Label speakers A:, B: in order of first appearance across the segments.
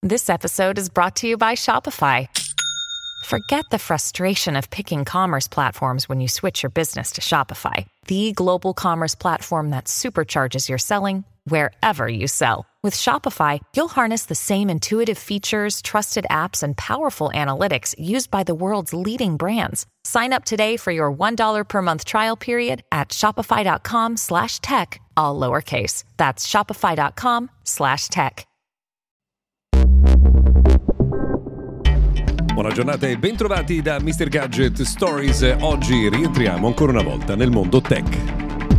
A: This episode is brought to you by Shopify. Forget the frustration of picking commerce platforms when you switch your business to Shopify, the global commerce platform that supercharges your selling wherever you sell. With Shopify, you'll harness the same intuitive features, trusted apps, and powerful analytics used by the world's leading brands. Sign up today for your $1 per month trial period at shopify.com/tech, all lowercase. That's shopify.com/tech.
B: Buona giornata e bentrovati da Mr. Gadget Stories. Oggi rientriamo ancora una volta nel mondo tech.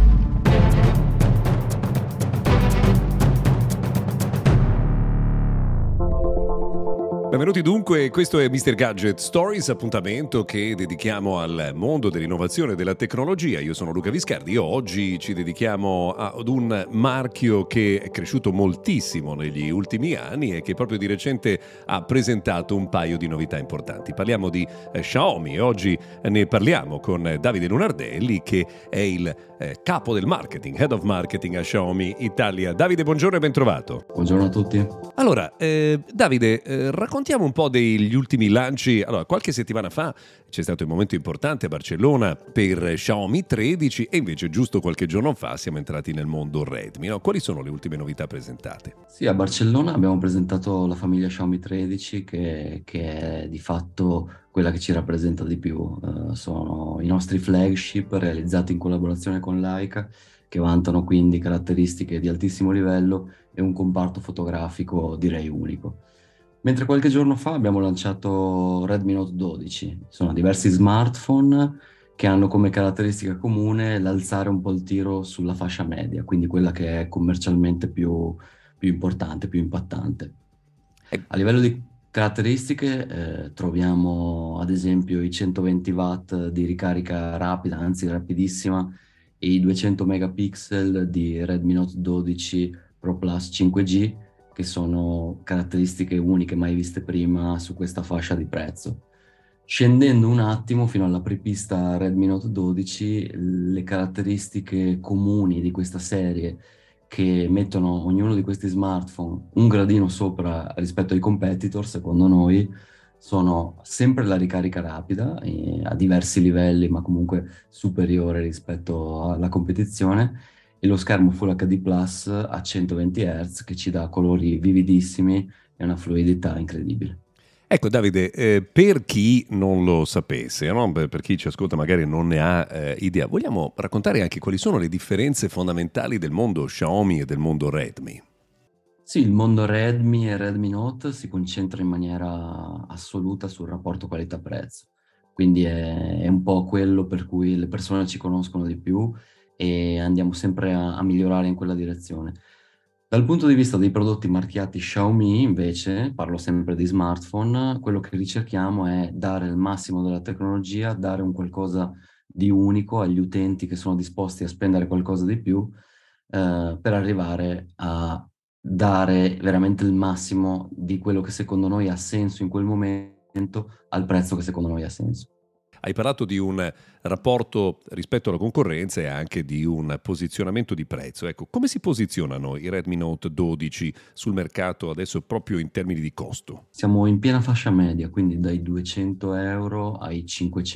B: Benvenuti dunque, questo è Mr. Gadget Stories, appuntamento che dedichiamo al mondo dell'innovazione e della tecnologia. Io sono Luca Viscardi e oggi ci dedichiamo ad un marchio che è cresciuto moltissimo negli ultimi anni e che proprio di recente ha presentato un paio di novità importanti. Parliamo di Xiaomi e oggi ne parliamo con Davide Lunardelli, che è il capo del marketing, Head of Marketing a Xiaomi Italia. Davide, buongiorno e ben trovato.
C: Buongiorno a tutti.
B: Allora, Davide, raccontiamo un po' degli ultimi lanci. Allora, qualche settimana fa c'è stato un momento importante a Barcellona per Xiaomi 13 e invece giusto qualche giorno fa siamo entrati nel mondo Redmi, no? Quali sono le ultime novità presentate?
C: Sì, a Barcellona abbiamo presentato la famiglia Xiaomi 13 che è di fatto quella che ci rappresenta di più. Sono i nostri flagship realizzati in collaborazione con Leica, che vantano quindi caratteristiche di altissimo livello e un comparto fotografico direi unico. Mentre qualche giorno fa abbiamo lanciato Redmi Note 12. Sono diversi smartphone che hanno come caratteristica comune l'alzare un po' il tiro sulla fascia media, quindi quella che è commercialmente più importante, più impattante. A livello di caratteristiche troviamo ad esempio i 120 watt di ricarica rapida, anzi rapidissima, e i 200 megapixel di Redmi Note 12 Pro Plus 5G, che sono caratteristiche uniche mai viste prima su questa fascia di prezzo. Scendendo un attimo fino alla prepista Redmi Note 12, le caratteristiche comuni di questa serie che mettono ognuno di questi smartphone un gradino sopra rispetto ai competitor, secondo noi, sono sempre la ricarica rapida a diversi livelli, ma comunque superiore rispetto alla competizione, e lo schermo Full HD Plus a 120 Hz che ci dà colori vividissimi e una fluidità incredibile.
B: Ecco Davide, per chi non lo sapesse, no? Per chi ci ascolta magari non ne ha idea, vogliamo raccontare anche quali sono le differenze fondamentali del mondo Xiaomi e del mondo Redmi?
C: Sì, il mondo Redmi e Redmi Note si concentra in maniera assoluta sul rapporto qualità-prezzo, quindi è un po' quello per cui le persone ci conoscono di più e andiamo sempre a migliorare in quella direzione. Dal punto di vista dei prodotti marchiati Xiaomi, invece, parlo sempre di smartphone, quello che ricerchiamo è dare il massimo della tecnologia, dare un qualcosa di unico agli utenti che sono disposti a spendere qualcosa di più per arrivare a dare veramente il massimo di quello che secondo noi ha senso in quel momento al prezzo che secondo noi ha senso.
B: Hai parlato di un rapporto rispetto alla concorrenza e anche di un posizionamento di prezzo. Ecco, come si posizionano i Redmi Note 12 sul mercato adesso proprio in termini di costo?
C: Siamo in piena fascia media, quindi dai 200 euro ai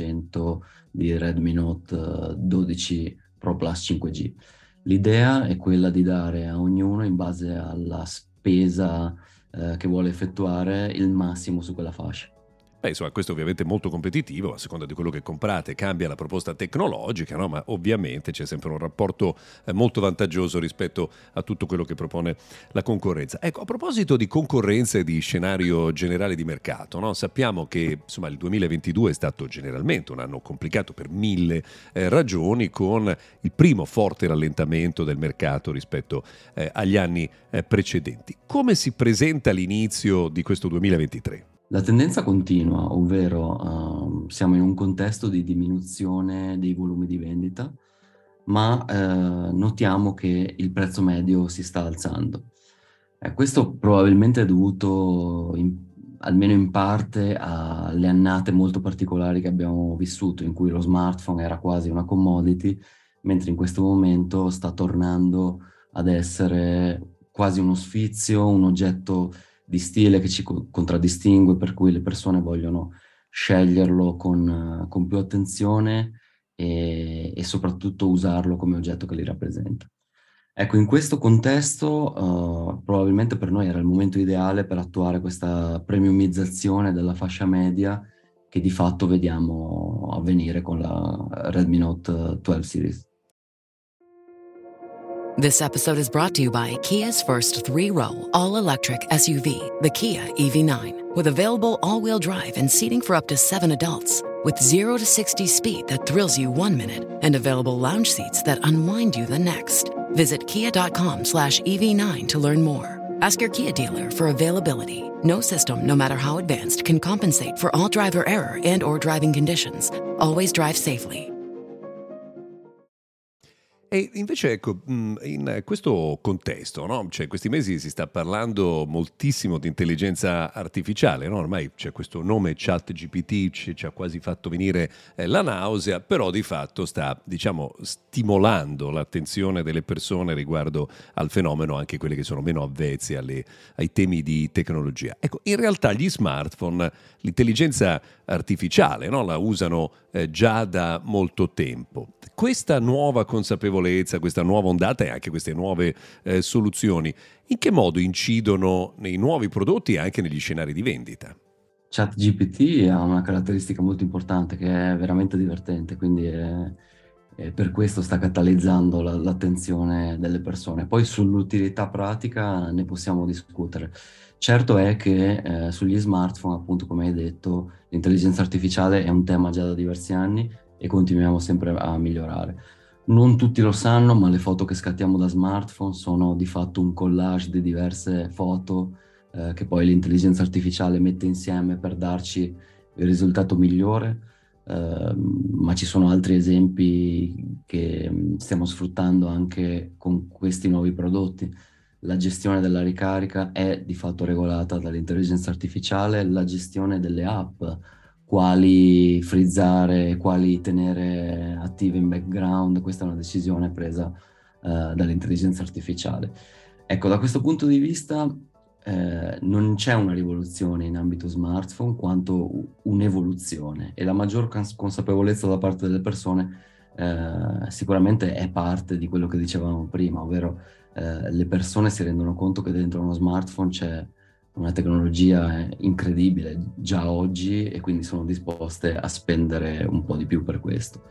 C: 500 di Redmi Note 12 Pro Plus 5G. L'idea è quella di dare a ognuno, in base alla spesa che vuole effettuare, il massimo su quella fascia.
B: Beh, insomma, questo ovviamente è molto competitivo, a seconda di quello che comprate cambia la proposta tecnologica, no? Ma ovviamente c'è sempre un rapporto molto vantaggioso rispetto a tutto quello che propone la concorrenza. Ecco, a proposito di concorrenza e di scenario generale di mercato, no? Sappiamo che insomma il 2022 è stato generalmente un anno complicato per mille ragioni, con il primo forte rallentamento del mercato rispetto agli anni precedenti. Come si presenta l'inizio di questo 2023?
C: La tendenza continua, ovvero siamo in un contesto di diminuzione dei volumi di vendita, ma notiamo che il prezzo medio si sta alzando. Questo probabilmente è dovuto almeno in parte alle annate molto particolari che abbiamo vissuto, in cui lo smartphone era quasi una commodity, mentre in questo momento sta tornando ad essere quasi uno sfizio, un oggetto di stile che ci contraddistingue, per cui le persone vogliono sceglierlo con più attenzione e soprattutto usarlo come oggetto che li rappresenta. Ecco, in questo contesto probabilmente per noi era il momento ideale per attuare questa premiumizzazione della fascia media che di fatto vediamo avvenire con la Redmi Note 12 series.
D: This episode is brought to you by Kia's first 3-row, all-electric SUV, the Kia EV9, with available all-wheel drive and seating for up to 7 adults, with 0 to 60 speed that thrills you 1 minute, and available lounge seats that unwind you the next. Visit kia.com/EV9 to learn more. Ask your Kia dealer for availability. No system, no matter how advanced, can compensate for all driver error and or driving conditions. Always drive safely.
B: E invece, ecco, in questo contesto, no? Cioè, questi mesi si sta parlando moltissimo di intelligenza artificiale, no? Ormai c'è questo nome ChatGPT, ci ha quasi fatto venire la nausea, però di fatto sta, diciamo, stimolando l'attenzione delle persone riguardo al fenomeno, anche quelle che sono meno avvezze ai temi di tecnologia. Ecco, in realtà gli smartphone, l'intelligenza artificiale, no? La usano già da molto tempo. Questa nuova consapevolezza, questa nuova ondata e anche queste nuove soluzioni, in che modo incidono nei nuovi prodotti e anche negli scenari di vendita?
C: ChatGPT ha una caratteristica molto importante che è veramente divertente, quindi per questo sta catalizzando l'attenzione delle persone. Poi sull'utilità pratica ne possiamo discutere. Certo è che sugli smartphone, appunto come hai detto, l'intelligenza artificiale è un tema già da diversi anni e continuiamo sempre a migliorare. Non tutti lo sanno, ma le foto che scattiamo da smartphone sono di fatto un collage di diverse foto che poi l'intelligenza artificiale mette insieme per darci il risultato migliore, ma ci sono altri esempi che stiamo sfruttando anche con questi nuovi prodotti. La gestione della ricarica è di fatto regolata dall'intelligenza artificiale, la gestione delle app, quali frizzare, quali tenere attive in background, questa è una decisione presa dall'intelligenza artificiale. Ecco, da questo punto di vista non c'è una rivoluzione in ambito smartphone quanto un'evoluzione, e la maggior consapevolezza da parte delle persone sicuramente è parte di quello che dicevamo prima, ovvero le persone si rendono conto che dentro uno smartphone c'è una tecnologia incredibile già oggi e quindi sono disposte a spendere un po' di più per questo.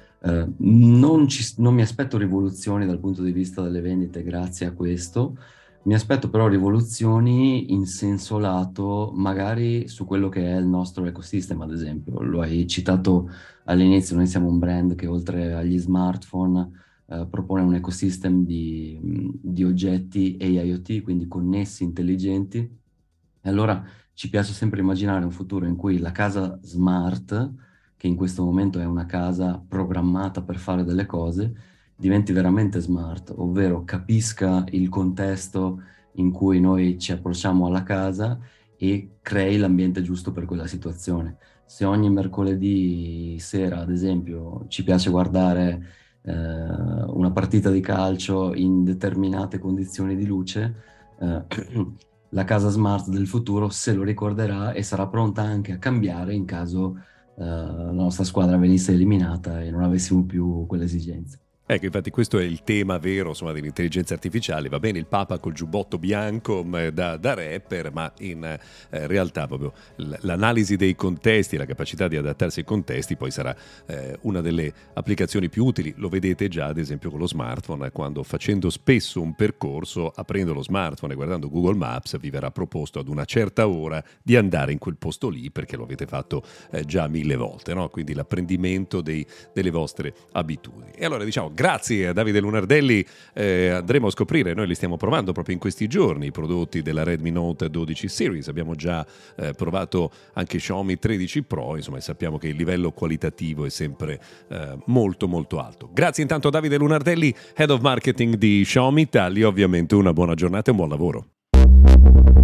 C: Non mi aspetto rivoluzioni dal punto di vista delle vendite grazie a questo, mi aspetto però rivoluzioni in senso lato, magari su quello che è il nostro ecosistema, ad esempio. Lo hai citato all'inizio, noi siamo un brand che oltre agli smartphone propone un ecosystem di oggetti e IoT, quindi connessi, intelligenti. E allora ci piace sempre immaginare un futuro in cui la casa smart, che in questo momento è una casa programmata per fare delle cose, diventi veramente smart, ovvero capisca il contesto in cui noi ci approcciamo alla casa e crei l'ambiente giusto per quella situazione. Se ogni mercoledì sera, ad esempio, ci piace guardare una partita di calcio in determinate condizioni di luce, la casa smart del futuro se lo ricorderà e sarà pronta anche a cambiare in caso la nostra squadra venisse eliminata e non avessimo più quelle esigenze.
B: Ecco, infatti questo è il tema vero, insomma, dell'intelligenza artificiale. Va bene il Papa col giubbotto bianco da rapper, ma in realtà proprio l'analisi dei contesti, la capacità di adattarsi ai contesti poi sarà una delle applicazioni più utili. Lo vedete già ad esempio con lo smartphone, quando facendo spesso un percorso, aprendo lo smartphone e guardando Google Maps, vi verrà proposto ad una certa ora di andare in quel posto lì perché lo avete fatto già 1000 volte, no? Quindi l'apprendimento delle vostre abitudini. E allora diciamo grazie a Davide Lunardelli, andremo a scoprire, noi li stiamo provando proprio in questi giorni, i prodotti della Redmi Note 12 Series, abbiamo già provato anche Xiaomi 13 Pro, insomma sappiamo che il livello qualitativo è sempre molto molto alto. Grazie intanto a Davide Lunardelli, Head of Marketing di Xiaomi Italia, ovviamente una buona giornata e un buon lavoro.